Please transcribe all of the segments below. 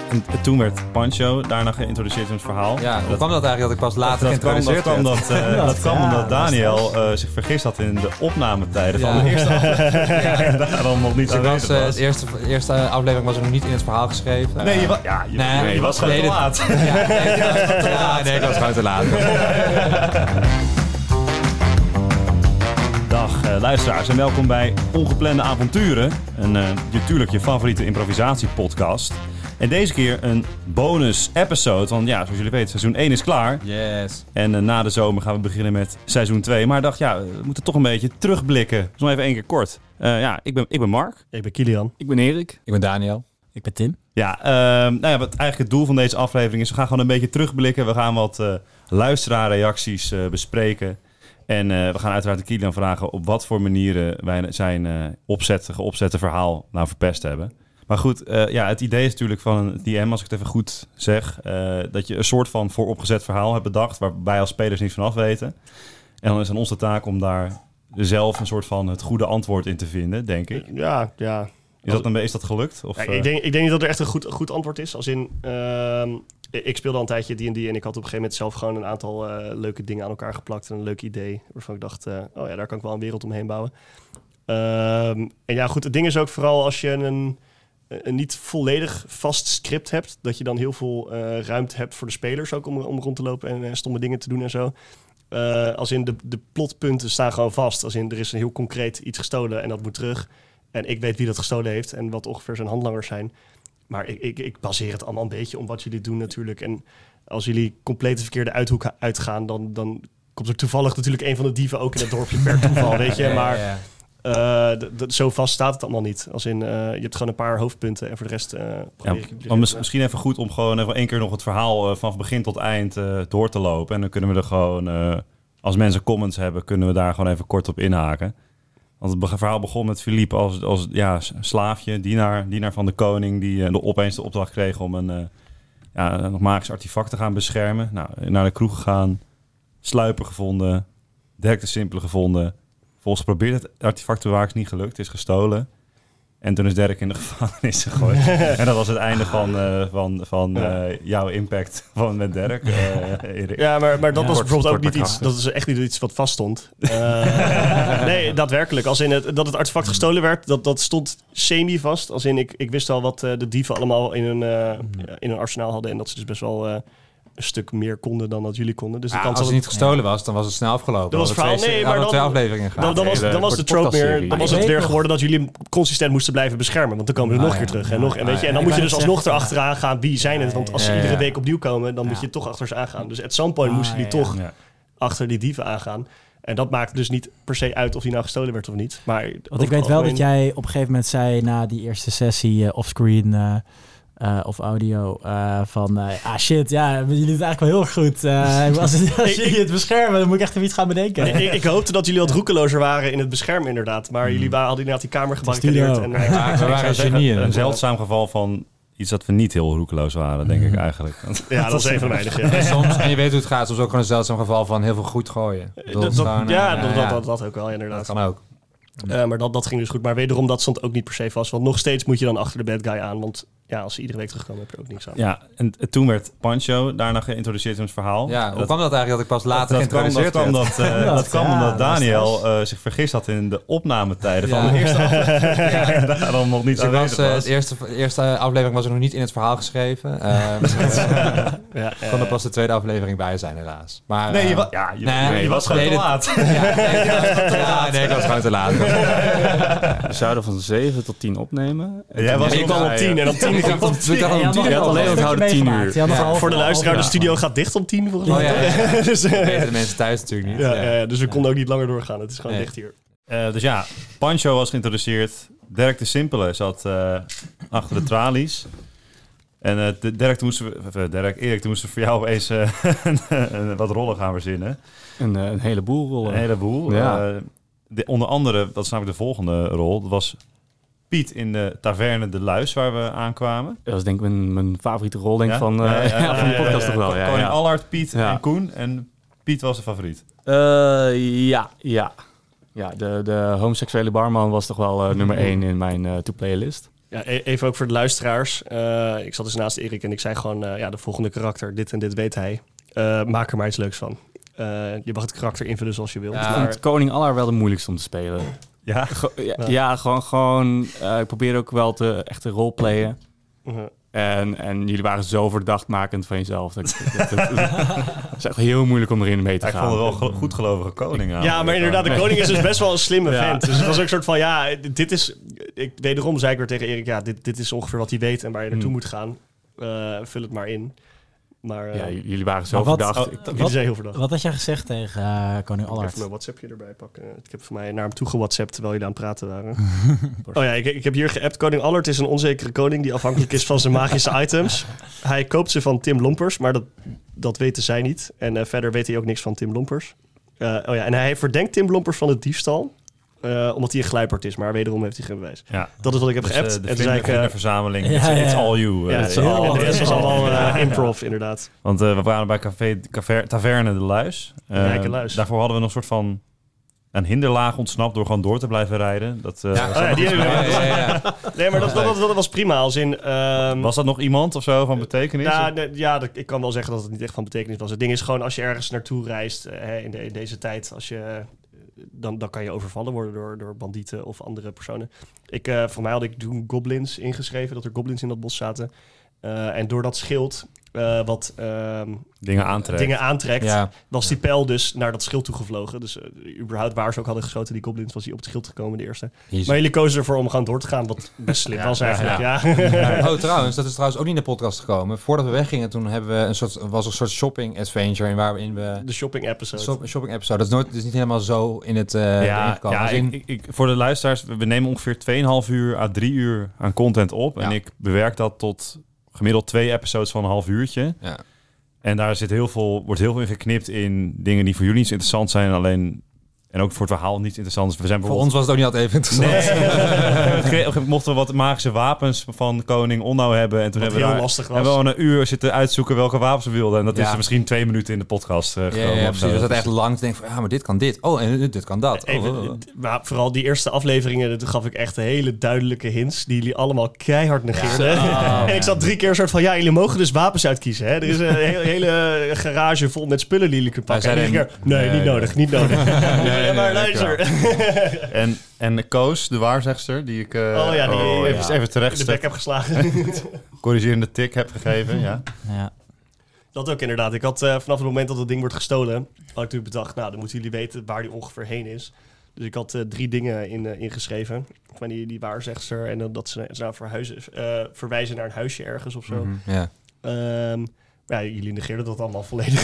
En toen werd Pancho daarna geïntroduceerd in het verhaal. Ja, hoe kwam dat eigenlijk dat ik pas later geïntroduceerd werd? Dat kwam omdat Daniel zich vergist had in de opnametijden van de eerste aflevering. En daarom nog niet aanwezig was. De eerste aflevering was er nog niet in het verhaal geschreven. Nee, je was gewoon te laat. Ik was gewoon te laat. Dag luisteraars en welkom bij Ongeplande Avonturen. Natuurlijk je favoriete improvisatiepodcast. En deze keer een bonus episode. Want ja, zoals jullie weten, seizoen 1 is klaar. Yes. En na de zomer gaan we beginnen met seizoen 2. Maar ik dacht, we moeten toch een beetje terugblikken. Dus nog even één keer kort. Ik ben Mark. Ik ben Kilian. Ik ben Erik. Ik ben Daniel. Ik ben Tim. Ja, wat eigenlijk het doel van deze aflevering is, we gaan gewoon een beetje terugblikken. We gaan wat luisteraarreacties bespreken. En we gaan uiteraard Kilian vragen op wat voor manieren wij zijn geopzette verhaal nou verpest hebben. Maar goed, het idee is natuurlijk van een DM, als ik het even goed zeg, dat je een soort van vooropgezet verhaal hebt bedacht, waarbij als spelers niet vanaf weten. En dan is het onze taak om daar zelf een soort van het goede antwoord in te vinden, denk ik. Ja. Is dat gelukt? Of, ik denk niet dat er echt een goed antwoord is. Als in, ik speelde al een tijdje D&D en ik had op een gegeven moment zelf gewoon een aantal leuke dingen aan elkaar geplakt. En een leuk idee waarvan ik dacht, daar kan ik wel een wereld omheen bouwen. Het ding is ook vooral als je een niet volledig vast script hebt, dat je dan heel veel ruimte hebt voor de spelers ook om rond te lopen en stomme dingen te doen en zo. Als in de plotpunten staan gewoon vast. Als in er is een heel concreet iets gestolen en dat moet terug. En ik weet wie dat gestolen heeft en wat ongeveer zijn handlangers zijn. Maar ik baseer het allemaal een beetje om wat jullie doen natuurlijk. En als jullie compleet de verkeerde uithoek uitgaan, dan komt er toevallig natuurlijk een van de dieven ook in het dorpje per toeval, weet je. Maar zo vast staat het allemaal niet. Als in, je hebt gewoon een paar hoofdpunten en voor de rest misschien even goed om gewoon even één keer nog het verhaal van begin tot eind door te lopen. En dan kunnen we er gewoon, als mensen comments hebben, kunnen we daar gewoon even kort op inhaken. Want het verhaal begon met Philippe als slaafje, dienaar van de koning, die opeens de opdracht kreeg om een magisch artefact te gaan beschermen. Nou, naar de kroeg gegaan, sluiper gevonden, Dirk de Simpele gevonden. Volgens geprobeerd het artefact te bewaken, is niet gelukt, het is gestolen. En toen is Dirk in de gevangenis gegooid. En dat was het einde van jouw impact met Dirk, Erik. Ja, maar dat was bijvoorbeeld ook niet iets. Dat is echt niet iets wat vaststond. Nee, daadwerkelijk. Als in dat het artefact gestolen werd, dat stond semi-vast. Als in ik wist al wat de dieven allemaal in hun arsenaal hadden. En dat ze dus best wel een stuk meer konden dan dat jullie konden. Dus als het niet gestolen was, dan was het snel afgelopen. Dat was het verhaal. Maar dan 2 afleveringen gaan. Dan was de trope meer. Dan was het weer geworden dat jullie consistent moesten blijven beschermen. Want dan komen ze nog een keer terug. En dan moet je dus alsnog erachteraan gaan. Wie zijn het? Want als ze iedere week opnieuw komen, dan moet je toch achter ze aangaan. Dus at some point moesten jullie toch achter die dieven aangaan. En dat maakt dus niet per se uit of die nou gestolen werd of niet. Maar want ik weet wel dat jij op een gegeven moment zei na die eerste sessie offscreen of audio shit, jullie doen het eigenlijk wel heel goed. Als jullie het beschermen, dan moet ik echt even iets gaan bedenken. Ik hoopte dat jullie wat roekelozer waren in het beschermen inderdaad. Maar jullie hadden inderdaad die kamer gebarricadeerd. We waren genieën. Een zeldzaam geval van iets dat we niet heel roekeloos waren, denk ik eigenlijk. Ja, dat is een van de weinigen. En je weet hoe het gaat, soms ook gewoon een zeldzaam geval van heel veel goed gooien. Dat ook wel, inderdaad. Dat kan ook. Maar dat ging dus goed. Maar wederom, dat stond ook niet per se vast. Want nog steeds moet je dan achter de bad guy aan. Want als ze iedere week terugkomen, heb je ook niks aan. Ja, en toen werd Pancho daarna geïntroduceerd in het verhaal. Ja, hoe kwam dat eigenlijk dat ik pas later geïntroduceerd werd? Dat kwam omdat Daniel zich vergist had in de opnametijden van de eerste aflevering. En daarom nog niet aanwezig was. De eerste aflevering was er nog niet in het verhaal geschreven. Kon er pas de tweede aflevering bij zijn, helaas. Maar, je was gewoon te laat. Ik was gewoon te laat. We zouden van 7 tot 10 opnemen. Jij was ook al op 10 en om 10 je had alleen onthouden 10 uur. Voor de luisteraar, de studio gaat dicht om 10 volgens mij. Dus de mensen thuis natuurlijk niet. Dus we konden ook niet langer doorgaan. Het is gewoon dicht hier. Pancho was geïntroduceerd. Dirk de Simpele zat achter de tralies. En Erik, toen moesten we voor jou opeens wat rollen gaan verzinnen. Een heleboel rollen. Een heleboel. Ja. Onder andere, dat is namelijk de volgende rol, dat was Piet in de Taverne de Luis, waar we aankwamen. Dat is denk ik mijn favoriete rol van de podcast toch wel. Koning Allard, Piet en Koen. En Piet was de favoriet. Ja, de homoseksuele barman was toch wel nummer 1 in mijn to-playlist. Ja, even ook voor de luisteraars. Ik zat dus naast Erik en ik zei gewoon... de volgende karakter, dit en dit weet hij. Maak er maar iets leuks van. Je mag het karakter invullen zoals je wilt. Ja, ik vond Koning Allard wel de moeilijkste om te spelen. Ja? Gewoon ik probeerde ook wel echt te roleplayen. Uh-huh. En jullie waren zo verdachtmakend van jezelf. Het is echt heel moeilijk om erin mee te Ik gaan. vond het wel goed gelovige koning aan. Ja, maar inderdaad, de koning is dus best wel een slimme Ja. vent. Dus het was ook een soort van, dit is... Wederom zei ik weer tegen Erik, dit is ongeveer wat hij weet en waar je naartoe moet gaan. Vul het maar in. Maar jullie waren zo Maar wat- verdacht. jullie zijn heel verdacht. Wat had jij gezegd tegen koning Ik Allard? even mijn WhatsAppje erbij pakken. Ik heb voor mij naar hem toe gewhatsappt terwijl jullie aan het praten waren. Ik heb hier geappt. Koning Allard is een onzekere koning die afhankelijk is van zijn magische items. Hij koopt ze van Tim Lompers, maar dat weten zij niet. En verder weet hij ook niks van Tim Lompers. En hij verdenkt Tim Lompers van het diefstal. Omdat hij een gluiperd is, maar wederom heeft hij geen bewijs. Ja. Dat is wat ik heb geappt. De En toen zei ik... verzameling. Ja, It's ja. all you. ja, de rest was allemaal improv, inderdaad. Want we waren bij Taverne de Luis. Rijke Luis. Daarvoor hadden we nog een soort van een hinderlaag ontsnapt door gewoon door te blijven rijden. Dat, was, Die hebben we. Ja. Nee, maar dat was prima. Als in... was dat nog iemand of zo van betekenis? Ik kan wel zeggen dat het niet echt van betekenis was. Het ding is gewoon, als je ergens naartoe reist in deze tijd, dan kan je overvallen worden door bandieten of andere personen. Voor mij had ik toen goblins ingeschreven, dat er goblins in dat bos zaten. En door dat schild wat Dingen aantrekt. Ja. was die pijl dus naar dat schild toe gevlogen. Dus überhaupt waar ze ook hadden geschoten, die goblins, was hij op het schild gekomen, de eerste. Maar jullie kozen ervoor om gewoon door te gaan, wat best slim was eigenlijk. Ja. Oh, trouwens, dat is trouwens ook niet in de podcast gekomen. Voordat we weggingen, toen hebben we was een soort shopping adventure waarin we... De shopping episode. Shopping episode. Dat is niet helemaal zo in het erin gekomen. Als in- voor de luisteraars, we nemen ongeveer 2,5 uur à 3 uur aan content op. Ja. En ik bewerk dat tot gemiddeld 2 episodes van een half uurtje. Ja. En daar wordt heel veel in geknipt in dingen die voor jullie niet interessant zijn. Alleen, en ook voor het verhaal niet interessant. Dus we zijn Voor ons was het ook niet altijd even interessant. mochten we wat magische wapens van koning Onno hebben. En toen Wat hebben we heel lastig was. hebben we al een uur zitten uitzoeken welke wapens we wilden. En dat Ja. is misschien 2 minuten in de podcast gekomen. Ja, of precies. zo. We zaten echt lang te denken van, maar dit kan dit. Oh, en dit kan dat. Maar vooral die eerste afleveringen, toen gaf ik echt hele duidelijke hints die jullie allemaal keihard negeerden. En ik zat 3 keer soort van, jullie mogen dus wapens uitkiezen. Hè? Er is een hele garage vol met spullen die jullie kunnen pakken. Wij En zeiden- iedere keer, niet nodig. Nee, maar nee, luister. En Koos, de waarzegster, die ik even terecht In de bek heb geslagen. corrigerende tik heb gegeven. Ja. Ja. Dat ook inderdaad. Ik had vanaf het moment dat het ding wordt gestolen, had ik natuurlijk bedacht, dan moeten jullie weten waar die ongeveer heen is. Dus ik had 3 dingen ingeschreven. Van die waarzegster en dan dat ze nou verwijzen naar een huisje ergens of zo. Ja. Jullie negeerden dat allemaal volledig.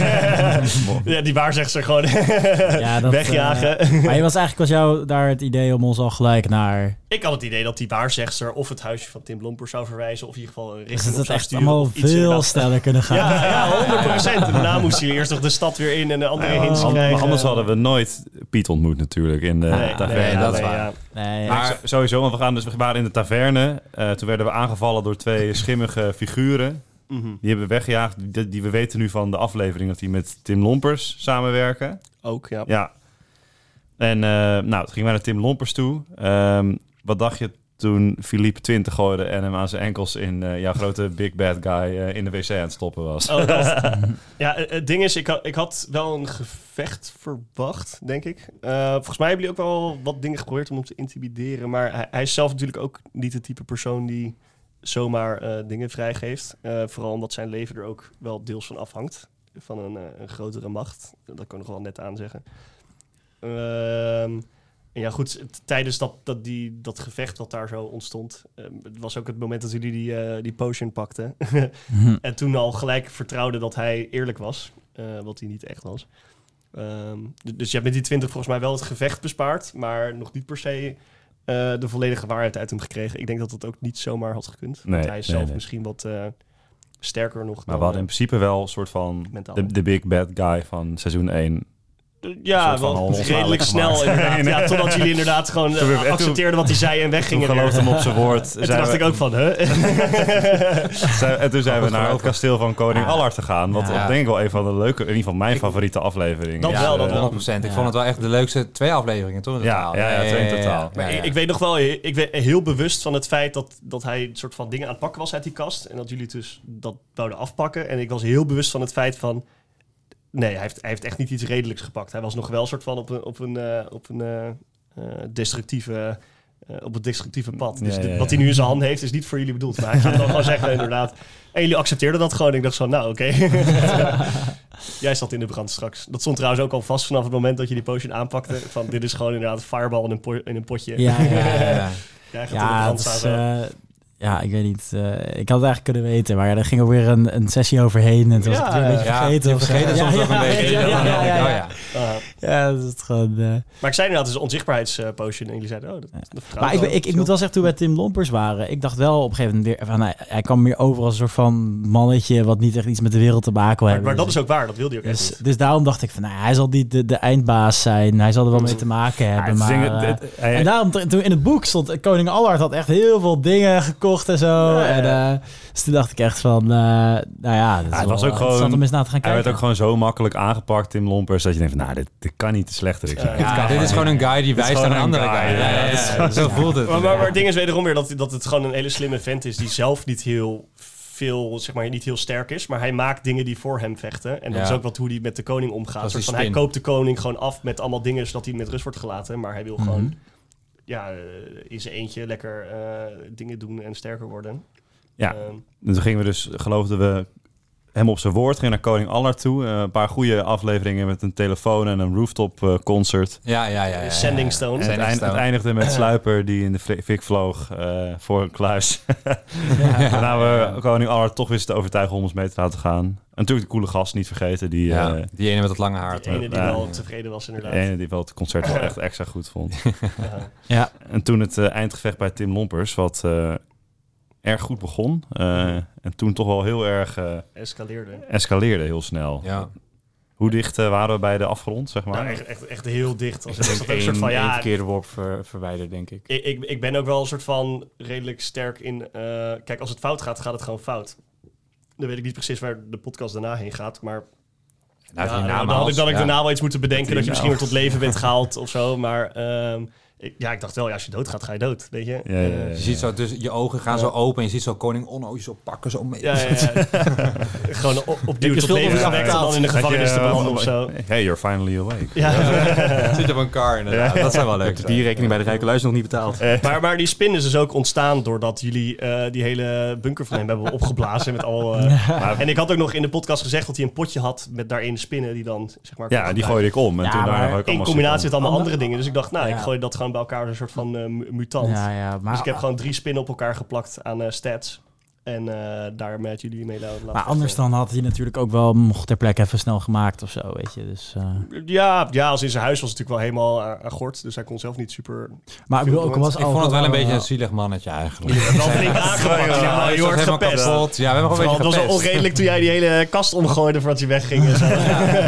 Ja, die waarzegster gewoon wegjagen. Maar was jou daar het idee om ons al gelijk naar... Ik had het idee dat die waarzegster of het huisje van Tim Lompers zou verwijzen, of in ieder geval een Dus richting dat op het zou echt sturen. allemaal Of iets veel inderdaad. sneller kunnen gaan. Ja, 100%. Daarna moest hij eerst nog de stad weer in en de andere hints Maar krijgen. anders hadden we nooit Piet ontmoet natuurlijk in de taverne. dat is waar. Ja. Nee, Maar sowieso, want we waren in de taverne. Toen werden we aangevallen door 2 schimmige figuren. Mhm. Die hebben we weggejaagd. Die we weten nu van de aflevering dat die met Tim Lompers samenwerken. Ook, ja. Ja. En toen gingen wij naar Tim Lompers toe. Wat dacht je toen Philippe 20 gooide en hem aan zijn enkels in jouw grote big bad guy in de wc aan het stoppen was? Oh, dat. Ja, het ding is, ik had wel een gevecht verwacht, denk ik. Volgens mij hebben jullie ook wel wat dingen geprobeerd om hem te intimideren. Maar hij is zelf natuurlijk ook niet het type persoon die zomaar dingen vrijgeeft. Vooral omdat zijn leven er ook wel deels van afhangt. Van een grotere macht. Dat kan ik nog wel net aan zeggen. En ja, goed, tijdens dat gevecht wat daar zo ontstond, het was ook het moment dat jullie die potion pakten. En toen al gelijk vertrouwden dat hij eerlijk was, wat hij niet echt was. Dus je hebt met die 20 volgens mij wel het gevecht bespaard, maar nog niet per se de volledige waarheid uit hem gekregen. Ik denk dat dat ook niet zomaar had gekund. Nee, Want hij is zelf misschien wat sterker nog. Maar we hadden in principe wel een soort van mentaal. de big bad guy van seizoen 1 Ja, soort van wel onschadelijk redelijk snel gemaakt. inderdaad. Ja, totdat jullie inderdaad gewoon accepteerden wat hij zei en weggingen. Toen geloofde hem op zijn woord. En toen dacht ik ook van, huh? En toen zijn we naar het kasteel van koning Allard gegaan. Wat Ja. denk ik wel een van de leuke, in ieder geval mijn favoriete afleveringen. Dat is. wel, dat wel. 100%. Ik vond het wel echt de leukste 2 afleveringen, toch? in totaal? Ja, 2 in totaal. Maar ik weet nog wel, ik ben heel bewust van het feit dat hij een soort van dingen aan het pakken was uit die kast. En dat jullie dus dat wouden afpakken. En ik was heel bewust van het feit van... Nee, hij heeft echt niet iets redelijks gepakt. Hij was nog wel een soort van op het destructieve pad. Dus wat hij nu in zijn hand heeft, is niet voor jullie bedoeld. Maar hij gaat dan gewoon zeggen, inderdaad. En jullie accepteerden dat gewoon. Ik dacht zo, nou, oké. Jij zat in de brand straks. Dat stond trouwens ook al vast vanaf het moment dat je die potion aanpakte. Van, dit is gewoon inderdaad fireball in een potje. Ja. Jij gaat in de brand het is, staan. ja, ik weet niet. Ik had het eigenlijk kunnen weten, maar er ging ook weer een sessie overheen. En toen was ik het weer een beetje vergeten. Je vergeet het soms ook een beetje. Ja, dat is het gewoon... Maar ik zei inderdaad, het is een onzichtbaarheidspotion. En jullie zeiden, dat vertrouw Maar wel. ik moet wel zeggen, toen we bij Tim Lompers waren... Ik dacht wel op een gegeven moment weer... Van, hij kwam meer over als een soort van mannetje... wat niet echt iets met de wereld te maken wil hebben. Maar dat is ook waar, dat wilde hij ook echt niet. Dus daarom dacht ik van... hij zal niet de eindbaas zijn. Hij zal er wel mee te maken hebben. En daarom, toen in het boek stond... Koning Allard had echt heel veel dingen gekocht en zo. Ja. En, dus toen dacht ik echt van... het was ook gewoon... om eens naar te gaan Hij kijken. werd ook gewoon zo makkelijk aangepakt, Tim Lompers, dat je denkt van, dit kan niet te slechterik zijn. Dit is gewoon een guy die wijst aan een andere guy. Ja. Zo voelt het. Maar het ding is wederom weer dat het gewoon een hele slimme vent is... die zelf niet heel veel, zeg maar, niet heel sterk is... maar hij maakt dingen die voor hem vechten. En dat is ook wat hoe hij met de koning omgaat. Dat is Soort van, hij koopt de koning gewoon af met allemaal dingen... zodat hij met rust wordt gelaten. Maar hij wil gewoon in zijn eentje lekker dingen doen en sterker worden. Ja, en toen gingen we dus, geloofden we hem op zijn woord, gingen naar koning Allard toe. Een paar goede afleveringen met een telefoon en een rooftop concert. Ja. Sending Stone. En het eindigde met Sluiper die in de fik vloog voor een kluis. Waarna we koning Allard toch wisten te overtuigen om ons mee te laten gaan. En natuurlijk de coole gast niet vergeten. Die ene met het lange haar. Die ene die wel tevreden was inderdaad. De ene die wel het concert wel echt extra goed vond. Ja. En toen het eindgevecht bij Tim Lompers, wat... erg goed begon. En toen toch wel heel erg... escaleerde heel snel. Ja. Hoe dicht waren we bij de afgrond, zeg maar? Nou, echt heel dicht. Als Ik denk één verkeerde worp verwijderd, denk ik. Ik ben ook wel een soort van redelijk sterk in... kijk, als het fout gaat, gaat het gewoon fout. Dan weet ik niet precies waar de podcast daarna heen gaat, maar... dan had ik daarna wel iets moeten bedenken... dat je misschien weer tot leven bent gehaald of zo, maar... ik dacht wel, als je doodgaat, ga je dood, weet je. Ja. Je ziet zo, dus je ogen gaan zo open en je ziet zo koning Onno zo pakken, zo mee. Ja. Gewoon opnieuw tot leven gewekt en dan in de gevangenis te belanden of zo. Hey, you're finally awake. Ja. Zit op een car inderdaad. Dat zijn wel leuk. Die rekening bij de rijke luister nog niet betaald. Maar die spin is dus ook ontstaan doordat jullie die hele bunker van hem hebben opgeblazen met al... En ik had ook nog in de podcast gezegd dat hij een potje had met daarin spinnen die dan, zeg maar... Ja, die gooide ik om. En toen daarna in combinatie met allemaal andere dingen. Dus ik dacht, ik gooi dat gewoon bij elkaar als een soort van mutant. Maar, dus ik heb gewoon 3 spinnen op elkaar geplakt aan stats. En daar met jullie mee laten. Maar anders dan had hij natuurlijk ook wel mocht ter plekke even snel gemaakt of zo, weet je. Dus, Ja, als in zijn huis was het natuurlijk wel helemaal aan gort. Dus hij kon zelf niet super... Maar ik vond het wel een beetje een zielig mannetje eigenlijk. Je hebt wel flink aangepakt. Ja, je wordt gepest. Kapot. Ja, we hebben gewoon een beetje het was wel onredelijk toen jij die hele kast omgooide voordat je wegging. En zo.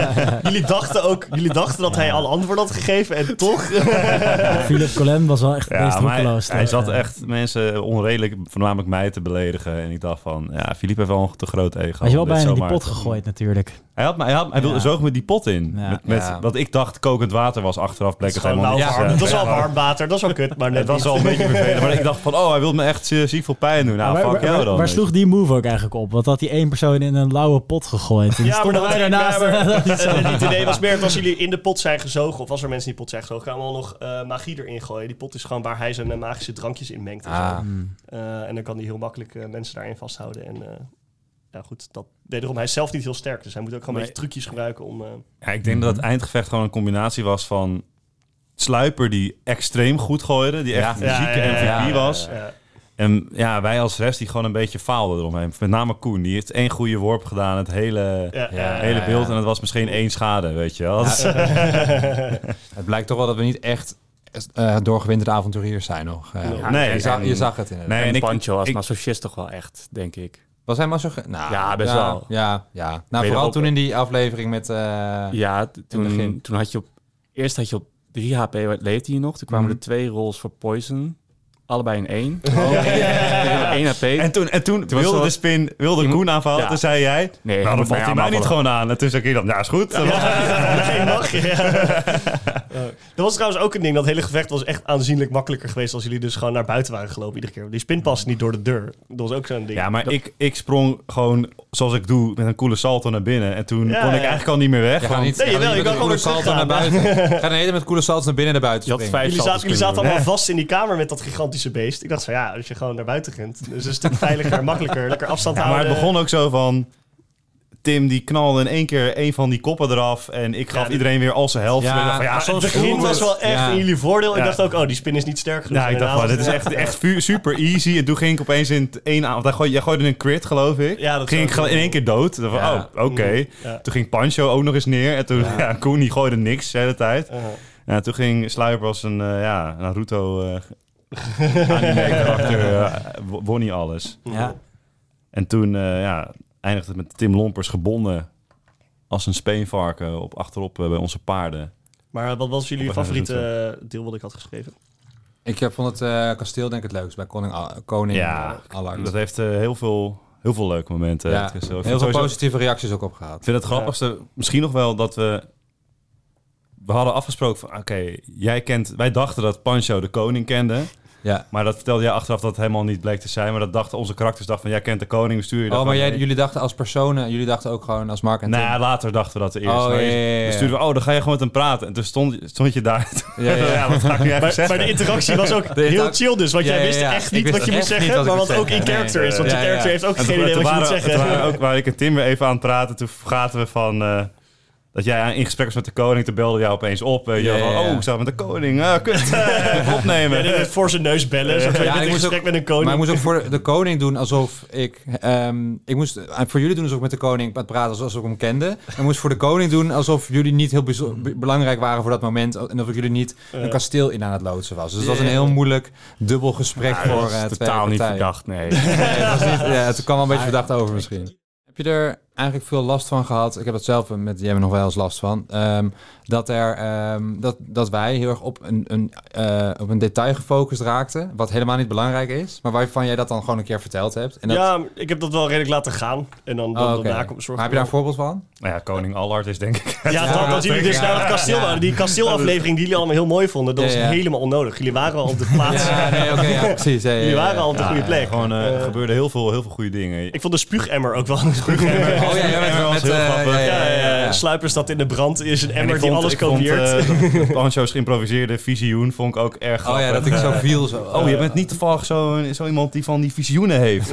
Jullie dachten dat hij alle antwoorden had gegeven en toch... Philip Collin was wel echt meest roekeloos. Hij zat echt mensen onredelijk, voornamelijk mij, te beledigen. En ik dacht van, Philippe heeft wel een te groot ego. Had je wel bijna die pot gegooid natuurlijk. Hij wilde zoog me die pot in. Ja. Met wat ik dacht kokend water was, achteraf bleek het helemaal niet. Dat is wel warm water, dat is wel kut. Maar het was wel een beetje vervelend. Maar ik dacht van, hij wil me echt ziek veel pijn doen. Nou, fuck jou dan. Waar sloeg die move ook eigenlijk op? Want had die 1 persoon in een lauwe pot gegooid. En stonden wij daarnaast. Het idee was meer dat als jullie in de pot zijn gezogen, of als er mensen in die pot zijn gezogen, gaan we allemaal nog magie erin gooien. Die pot is gewoon waar hij zijn magische drankjes in mengt. En dan kan hij heel makkelijk mensen daarin vasthouden. En goed, dat wederom, hij is zelf niet heel sterk. Dus hij moet ook gewoon een beetje trucjes gebruiken om... ik denk dat het eindgevecht gewoon een combinatie was van Sluiper die extreem goed gooide, die echt een zieke MVP was. Ja. En wij als rest die gewoon een beetje faalden eromheen. Met name Koen, die heeft 1 goede worp gedaan, het hele beeld. En het was misschien 1 schade, weet je wel. Het blijkt toch wel dat we niet echt doorgewinterde avonturiers zijn nog. Nee, je zag het inderdaad. Nee, en Pancho als masochist toch wel echt, denk ik. Was hij masochisme? Nou, Ja, best wel. Ja. Nou, je vooral ook- toen in die aflevering met... Toen had je eerst had je op 3 HP, leefde je nog. Toen kwamen er 2 rolls voor poison. Allebei in 1. 1 HP. En toen was wilde zo- de spin, wilde Koen aanvallen. Ja. Toen zei jij, Nee, nou, dan valt hij mij niet gewoon aan. En toen zei ik dan, ja, is goed. Nee, mag je. Dat was trouwens ook een ding. Dat hele gevecht was echt aanzienlijk makkelijker geweest als jullie dus gewoon naar buiten waren gelopen iedere keer. Die spin paste niet door de deur. Dat was ook zo'n ding. Ja, maar ik sprong gewoon zoals ik doe met een coole salto naar binnen. En toen Ja, kon ik ja. eigenlijk al niet meer weg. Je want- gaat niet, Nee, jawel, je met kan een gewoon coole weer salto naar teruggaan. buiten. Ga dan heden met coole salto's naar binnen naar buiten Je had springen. 5 Jullie zaten kunnen doen. allemaal vast in die kamer met dat gigantische beest. Ik dacht van ja, als je gewoon naar buiten rent. Dus een stuk veiliger, makkelijker, lekker afstand Ja, maar houden. het begon ook zo van... Tim die knalde in één keer een van die koppen eraf. En ik gaf Ja, iedereen weer al zijn helft. Ja, En ik dacht van, Maar soms het begin voelt was het- wel echt ja. in jullie voordeel. Ik Ja. dacht ook, oh, die spin is niet sterk genoeg. Ja, ik dacht van, dit is echt super easy. En toen ging ik opeens in het één aan... Want jij gooide een crit, geloof ik. Ja, dat ging ik zou ik in één keer dood. Toen van, Ja. oh, oké. Ja. Toen ging Pancho ook nog eens neer. En toen, Koen die gooide niks de hele tijd. Ja, toen ging Sluiper als een Naruto anime karakter. Won hij alles. Ja. En toen eindigde het met Tim Lompers gebonden als een speenvarken achterop bij onze paarden. Maar wat was jullie Op een favoriete deel wat ik had geschreven? Ik vond het kasteel denk ik het leukst bij Koning Allard. Dat heeft heel veel leuke momenten. Ja, Het kasteel. Ik vind heel veel sowieso- positieve reacties ook op gehad. Ik vind het grappigste misschien nog wel dat we hadden afgesproken van wij dachten dat Pancho de koning kende. Ja. Maar dat vertelde jij achteraf dat het helemaal niet bleek te zijn. Maar dat dachten onze karakters van jij kent de koning, we sturen je dat Oh, maar gewoon mee. jullie dachten als personen, jullie dachten ook gewoon als Mark en Tim. Nou, later dachten we dat eerst. Oh, Maar ja. we stuurden dan ga je gewoon met hem praten. En toen stond je daar. Ja. Wat ga ik nu eigenlijk Maar zeggen? de interactie was ook heel chill dus. Want jij wist echt niet wat je moest zeggen. Maar wat ook in character is. Want je character heeft ook En geen toen- idee toen wat je moet waren- zeggen. toen waren ook waar ik en Tim weer even aan het praten. Toen vergaten we van... dat jij in gesprek was met de koning. Toen belde jou opeens op. Van, ik zat met de koning. Kut. Even opnemen. Ja, dit voor zijn neus bellen. Zodat je Ja, met ik een moest gesprek met een koning. Maar ik moest ook voor de koning doen alsof ik... ik moest voor jullie doen alsof ik met de koning aan het praten alsof ik hem kende. En moest voor de koning doen alsof jullie niet heel belangrijk waren voor dat moment. En of ik jullie niet een kasteel in aan het loodsen was. Dus het was een heel moeilijk dubbel gesprek voor Dat is twee totaal niet partijen. verdacht, nee. Nee, het was niet, het kwam wel een beetje verdacht over misschien. Heb je er eigenlijk veel last van gehad? Ik heb dat zelf met jij nog wel eens last van. Dat wij heel erg op een detail gefocust raakten. Wat helemaal niet belangrijk is. Maar waarvan jij dat dan gewoon een keer verteld hebt. En dat, Ja, ik heb dat wel redelijk laten gaan. En dan oké. daarna Maar heb je daar een voorbeeld van? Nou ja, koning Allard is denk ik... Ja, dat jullie dus naar het kasteel waren. Die kasteelaflevering die jullie allemaal heel mooi vonden. Dat was helemaal onnodig. Jullie waren al op de plaats. Precies. Jullie waren al op de goede plek. Gewoon, er gebeurden heel veel goede dingen. Ik vond de spuugemmer ook wel een spuugemmer. Oh ja, met heel grappig. Ja. Sluiper staat in de brand. Is een emmer die alles kopieert. Pancho's geïmproviseerde visioen vond ik ook erg grappig. Oh ja, dat ik zo viel. Zo. Oh, je bent niet toevallig zo iemand die van die visioenen heeft.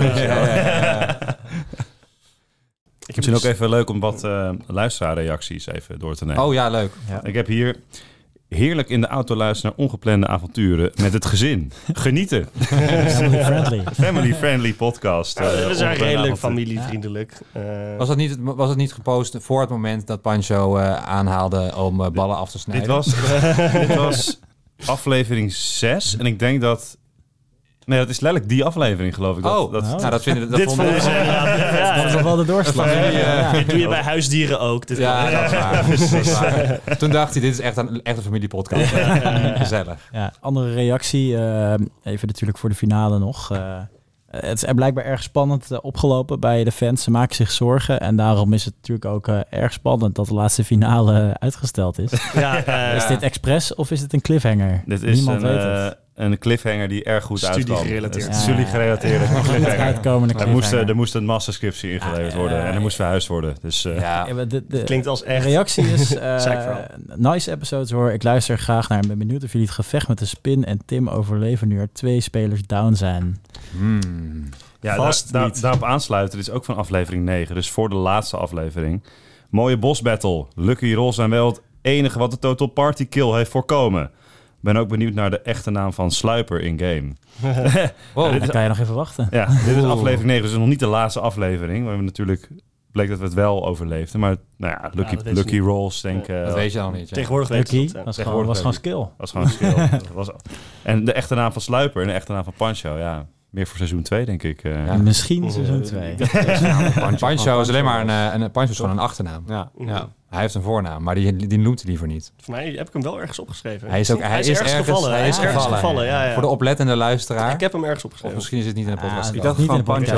Misschien ook even leuk om wat luisteraarreacties even door te nemen. Oh ja, leuk. Ik heb hier heerlijk in de auto luisteren naar ongeplande avonturen met het gezin. Genieten. Family friendly. Family friendly podcast. We zijn ongeplande redelijk avonturen. familievriendelijk. Was het niet gepost voor het moment dat Pancho aanhaalde om ballen af te snijden? Dit was aflevering 6 en ik denk dat... Nee, dat is letterlijk die aflevering, geloof ik. Nou, dat vonden we... Dat is nog wel de doorslag. Dit doe je bij huisdieren ook. Dit Ja, dat is waar. Toen dacht hij, dit is echt een familiepodcast. Gezellig. Ja, andere reactie. Even natuurlijk voor de finale nog. Het is blijkbaar erg spannend opgelopen bij de fans. Ze maken zich zorgen. En daarom is het natuurlijk ook erg spannend dat de laatste finale uitgesteld is. Is dit expres of is het een cliffhanger? Dit is Niemand weet het. een cliffhanger die erg goed uitkwam. Studie-gerelateerd. Studie-gerelateerde Goed cliffhanger. uitkomende cliffhanger. Er moest een masterscriptie ingeleverd worden en er moest verhuisd worden. Dus Ja, de Klinkt als echt. reactie is Zeikverhaal. nice episodes hoor. Ik luister graag naar en ben benieuwd of jullie het gevecht met de Spin en Tim overleven nu er 2 spelers down zijn. ja, Vast niet. daarop aansluiten. Dit is ook van aflevering 9, dus voor de laatste aflevering. Mooie boss battle. Lucky rolls zijn wel het enige wat de Total Party Kill heeft voorkomen. Ben ook benieuwd naar de echte naam van Sluiper in-game. Wow, dan kan je nog even wachten. Ja, dit is aflevering 9, dus nog niet de laatste aflevering. We hebben natuurlijk bleek dat we het wel overleefden. Maar nou ja, dat weet je lucky niet. rolls, denk ik. Dat weet je al niet. Ja. Tegenwoordig weet je Lucky, dat. was Tegenwoordig gewoon weet skill. was gewoon een skill. En de echte naam van Sluiper en de echte naam van Pancho, ja. Meer voor seizoen 2, denk ik. Misschien seizoen 2. Pancho is alleen maar Pancho is gewoon een achternaam. Ja. Hij heeft een voornaam, maar die noemt hij liever niet. Voor mij heb ik hem wel ergens opgeschreven. Hij is ergens gevallen. Hij is ergens gevallen, ja. Voor de oplettende luisteraar. Ik heb hem ergens opgeschreven. Of misschien is het niet in de podcast. Ik dacht gewoon Pancho.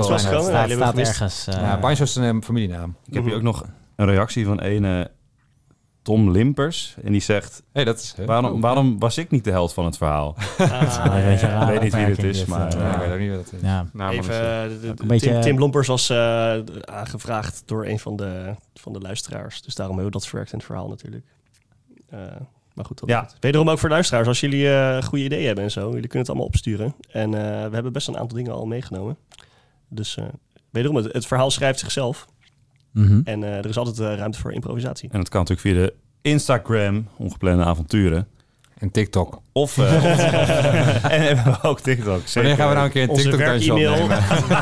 Staat ergens. Pancho is een familienaam. Ik heb hier ook nog een reactie van ene Tom Limpers. En die zegt, Dat is... waarom was ik niet de held van het verhaal? Ik weet niet wie dit is, maar... ik weet ook niet wat het is. Ja. Even, Tim Lompers was aangevraagd door een van de luisteraars. Dus daarom hebben we dat verwerkt in het verhaal natuurlijk. Maar goed, wederom ook voor luisteraars. Als jullie goede ideeën hebben en zo, jullie kunnen het allemaal opsturen. En we hebben best een aantal dingen al meegenomen. Dus wederom, het verhaal schrijft zichzelf. Mm-hmm. En er is altijd ruimte voor improvisatie. En dat kan natuurlijk via de Instagram, Ongeplande Avonturen. En TikTok. Of en hebben we ook TikTok. Zeker. Wanneer gaan we nou een keer een TikTok-dansje opnemen?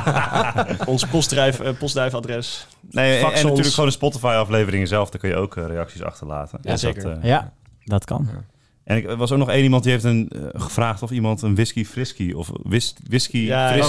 Ons postduifadres. Nee, en natuurlijk gewoon de Spotify-afleveringen zelf. Daar kun je ook reacties achterlaten. Ja, zeker. Dat kan. Ja. En er was ook nog één iemand die heeft gevraagd of iemand een whisky frisky of whisky frisky.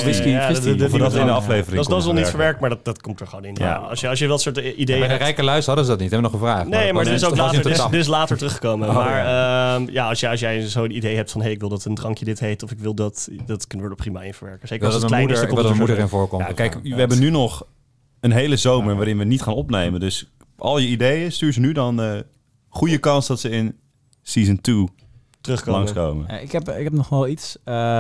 Of we dat in de aflevering. Dat is nog niet verwerkt, maar dat komt er gewoon in. Ja. Als je dat soort ideeën bij de rijke luister hadden ze dat niet. Hebben we nog gevraagd. Nee, maar dit is ook later. Dit is later teruggekomen. Maar als jij zo'n idee hebt van ik wil dat een drankje dit heet of ik wil dat kunnen we er prima in verwerken. Zeker als het klein is. Ik wil dat een moeder in voorkomt. Ja, kijk, we hebben nu nog een hele zomer waarin we niet gaan opnemen. Dus al je ideeën stuur ze nu dan. Goede kans dat ze in Season 2 langskomen. Ik heb nog wel iets.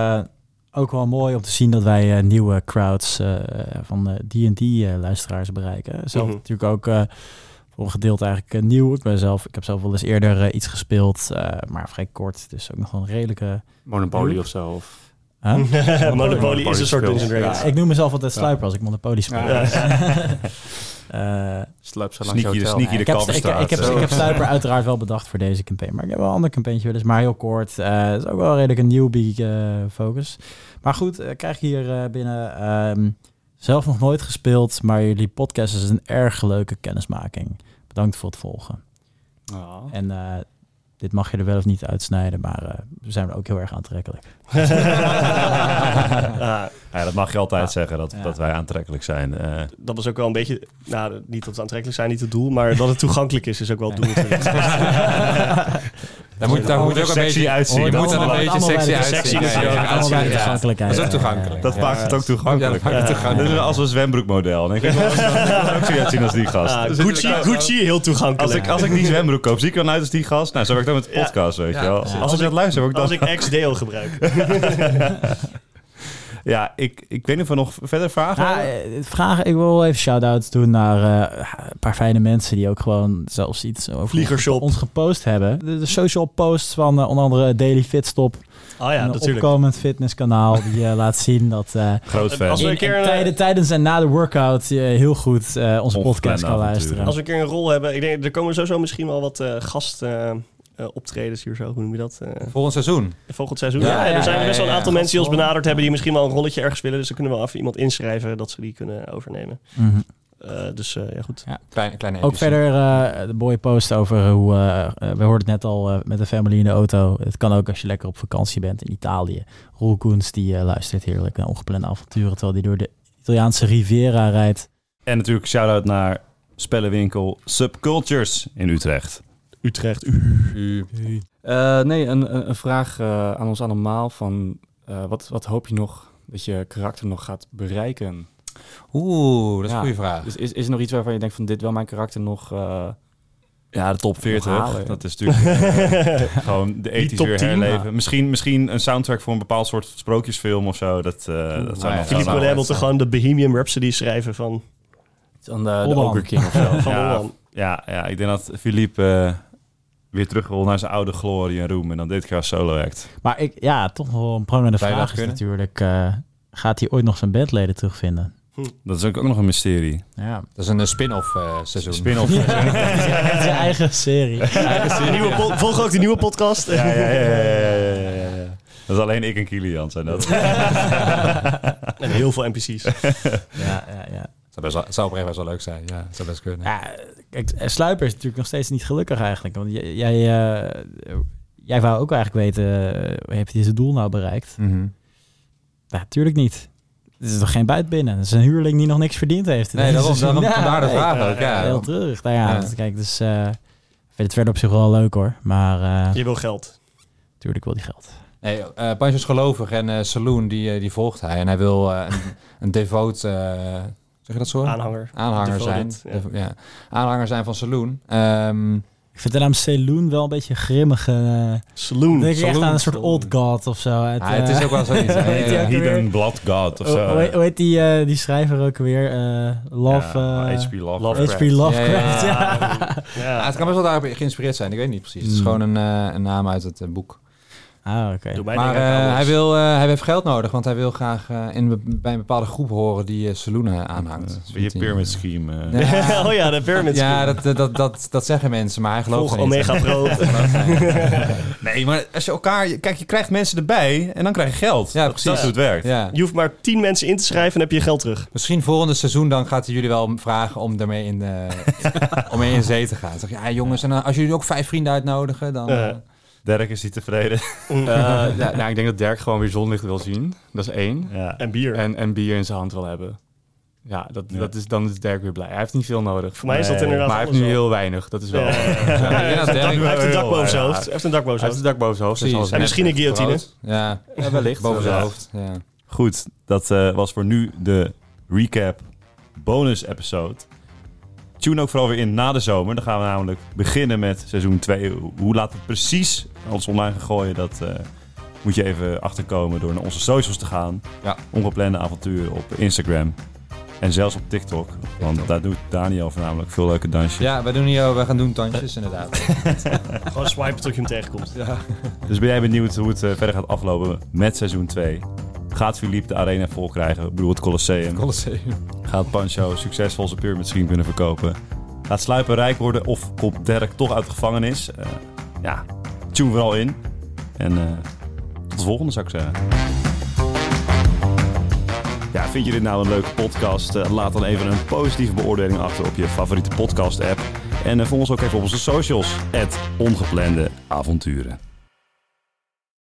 Ook wel mooi om te zien dat wij nieuwe crowds van D&D-luisteraars bereiken. Zelf natuurlijk ook voor een gedeelte eigenlijk nieuw. Ik heb zelf wel eens eerder iets gespeeld, maar vrij kort. Dus ook nog wel een redelijke... Monopoly of zo. Monopoly is een soort Dungeons & Dragons. Ik noem mezelf altijd sluiper als ik Monopoly speel. Sneaky de Kalverstraat. Ik heb Sluiper uiteraard wel bedacht voor deze campaign. Maar ik heb wel een ander campaigntje wel eens, maar heel kort. Het is ook wel redelijk een newbie focus. Maar goed, krijg ik hier binnen zelf nog nooit gespeeld. Maar jullie podcast is een erg leuke kennismaking. Bedankt voor het volgen. Oh. En dit mag je er wel of niet uitsnijden, maar we zijn ook heel erg aantrekkelijk. Ja, dat mag je altijd zeggen, dat wij aantrekkelijk zijn. Dat was ook wel een beetje, niet dat we aantrekkelijk zijn, niet het doel, maar dat het toegankelijk is ook wel het doel natuurlijk. Daar moet ook een beetje uitzien. Je moet er een beetje sexy uitzien. Dat is ook toegankelijk. Dat maakt het ook toegankelijk. Dus als een zwembroekmodel. Dan denk ik ook zo uitzien als die gast. Gucci, heel toegankelijk. Als ik die zwembroek koop, zie ik er uit als die gast. Nou, zo werkt dat met de podcast, weet je wel. Als ik dat luister, ook als ik XDO gebruik. Ja, ik weet niet of we nog verder vragen. Ik wil even shout-outs doen naar een paar fijne mensen die ook gewoon zelfs iets over ons gepost hebben. De social posts van onder andere Daily Fitstop. Oh ja, een natuurlijk. opkomend fitnesskanaal die laat zien dat groot fan. Als we een keer tijdens en na de workout heel goed onze podcast kan luisteren. Als we een keer een rol hebben, ik denk er komen sowieso misschien wel wat gast optredens hier zo, hoe noem je dat? Volgend seizoen. Volgend seizoen. Er zijn best wel een aantal mensen die ons benaderd hebben die misschien wel een rolletje ergens willen. Dus dan kunnen we wel even iemand inschrijven dat ze die kunnen overnemen. Mm-hmm. Dus goed. Ja, kleine ook verder de mooie post over hoe... we hoorden het net al met de family in de auto. Het kan ook als je lekker op vakantie bent in Italië. Roel Koens die luistert heerlijk naar Ongeplande Avonturen terwijl die door de Italiaanse Riviera rijdt. En natuurlijk shout-out naar spellenwinkel Subcultures in Utrecht. Een vraag aan ons allemaal van wat hoop je nog dat je karakter nog gaat bereiken? Dat is een goede vraag. Dus is er nog iets waarvan je denkt van dit wil mijn karakter nog... de top 40. Dat is natuurlijk gewoon de ethisch weer herleven. Ja. Misschien een soundtrack voor een bepaald soort sprookjesfilm of zo. Dat zou Philippe Godin wil gewoon de Bohemian Rhapsody schrijven van... Van de Ogre King of zo. Van Ja, ik denk dat Philippe weer terug wil naar zijn oude glorie en roem. En dan dit keer als solo act. Maar toch wel een prangende vraag is natuurlijk... gaat hij ooit nog zijn bandleden terugvinden? Dat is ook nog een mysterie. Ja. Dat is een spin-off seizoen. Spin-off. Zijn eigen serie. Volg ook de nieuwe podcast. Ja. Dat is alleen ik en Kilian zijn dat. En heel veel NPC's. Ja. Het zou oprecht wel leuk zijn. Ja, het zou best kunnen. Ja, kijk, Sluiper is natuurlijk nog steeds niet gelukkig eigenlijk. Want jij wou ook eigenlijk weten, heb je zijn doel nou bereikt? Mm-hmm. natuurlijk niet. Het is toch geen buitenbinnen? Het is een huurling die nog niks verdiend heeft. Nee, daarom vandaar de vraag ook. Ja. Heel terug. Nou ja, dus kijk, dus ik vind het verder op zich wel leuk hoor. Maar je wil geld. Tuurlijk wil die geld. Nee, Pancho is gelovig en Saloon die volgt hij. En hij wil een devoot, zeg je dat zo? Aanhanger zijn. Aanhanger zijn van Saloon. Ik vind de naam Saloon wel een beetje grimmige. Saloon. Denk je echt aan een soort old god of zo. Het is ook wel zoiets. Hidden Blood God of zo. Hoe heet die schrijver ook weer? H.P. Lovecraft. H.P. Lovecraft, het kan best wel daarop geïnspireerd zijn. Ik weet niet precies. Het is gewoon een naam uit het boek. Ah, oké. Maar hij heeft geld nodig, want hij wil graag bij een bepaalde groep horen die Saloon aanhangt. Je pyramid scheme. Oh ja, de pyramid scheme. Ja, dat zeggen mensen, maar hij gelooft er niet. Omega Pro. Nee, maar als je elkaar... Kijk, je krijgt mensen erbij en dan krijg je geld. Ja, precies. Dat is hoe het werkt. Ja. Je hoeft maar 10 mensen in te schrijven en heb je je geld terug. Misschien volgende seizoen dan gaat hij jullie wel vragen om daarmee om mee in zee te gaan. Zeg je, jongens, en als jullie ook 5 vrienden uitnodigen, dan... Dirk is niet tevreden. Ik denk dat Dirk gewoon weer zonlicht wil zien. Dat is 1. Ja. En bier. En bier in zijn hand wil hebben. Ja, dan is Dirk weer blij. Hij heeft niet veel nodig. Voor mij is dat inderdaad. Maar hij heeft nu heel weinig. Dat is wel... Hij heeft een dak boven zijn hoofd. Hij heeft een dak boven zijn hoofd. En misschien een guillotine. Ja, wellicht. Boven zijn hoofd. Ja. Goed, dat was voor nu de recap bonus episode. Tune ook vooral weer in na de zomer. Dan gaan we namelijk beginnen met seizoen 2. Hoe laat het precies alles online gaan gooien, dat moet je even achterkomen door naar onze socials te gaan. Ja. Ongeplande avonturen op Instagram. En zelfs op TikTok. Want daar doet Daniel voornamelijk veel leuke dansjes. Ja, we gaan doen dansjes inderdaad. Gewoon swipen tot je hem tegenkomt. Ja. Dus ben jij benieuwd hoe het verder gaat aflopen met seizoen 2? Gaat Philippe de arena vol krijgen? Ik bedoel het Colosseum. Gaat Pancho succesvol zijn pyramid scheme kunnen verkopen? Gaat Sluipen rijk worden of komt Dirk toch uit de gevangenis? Tune vooral in. En tot de volgende, zou ik zeggen. Ja, vind je dit nou een leuke podcast? Laat dan even een positieve beoordeling achter op je favoriete podcast app. En volg ons ook even op onze socials. @ongeplande avonturen.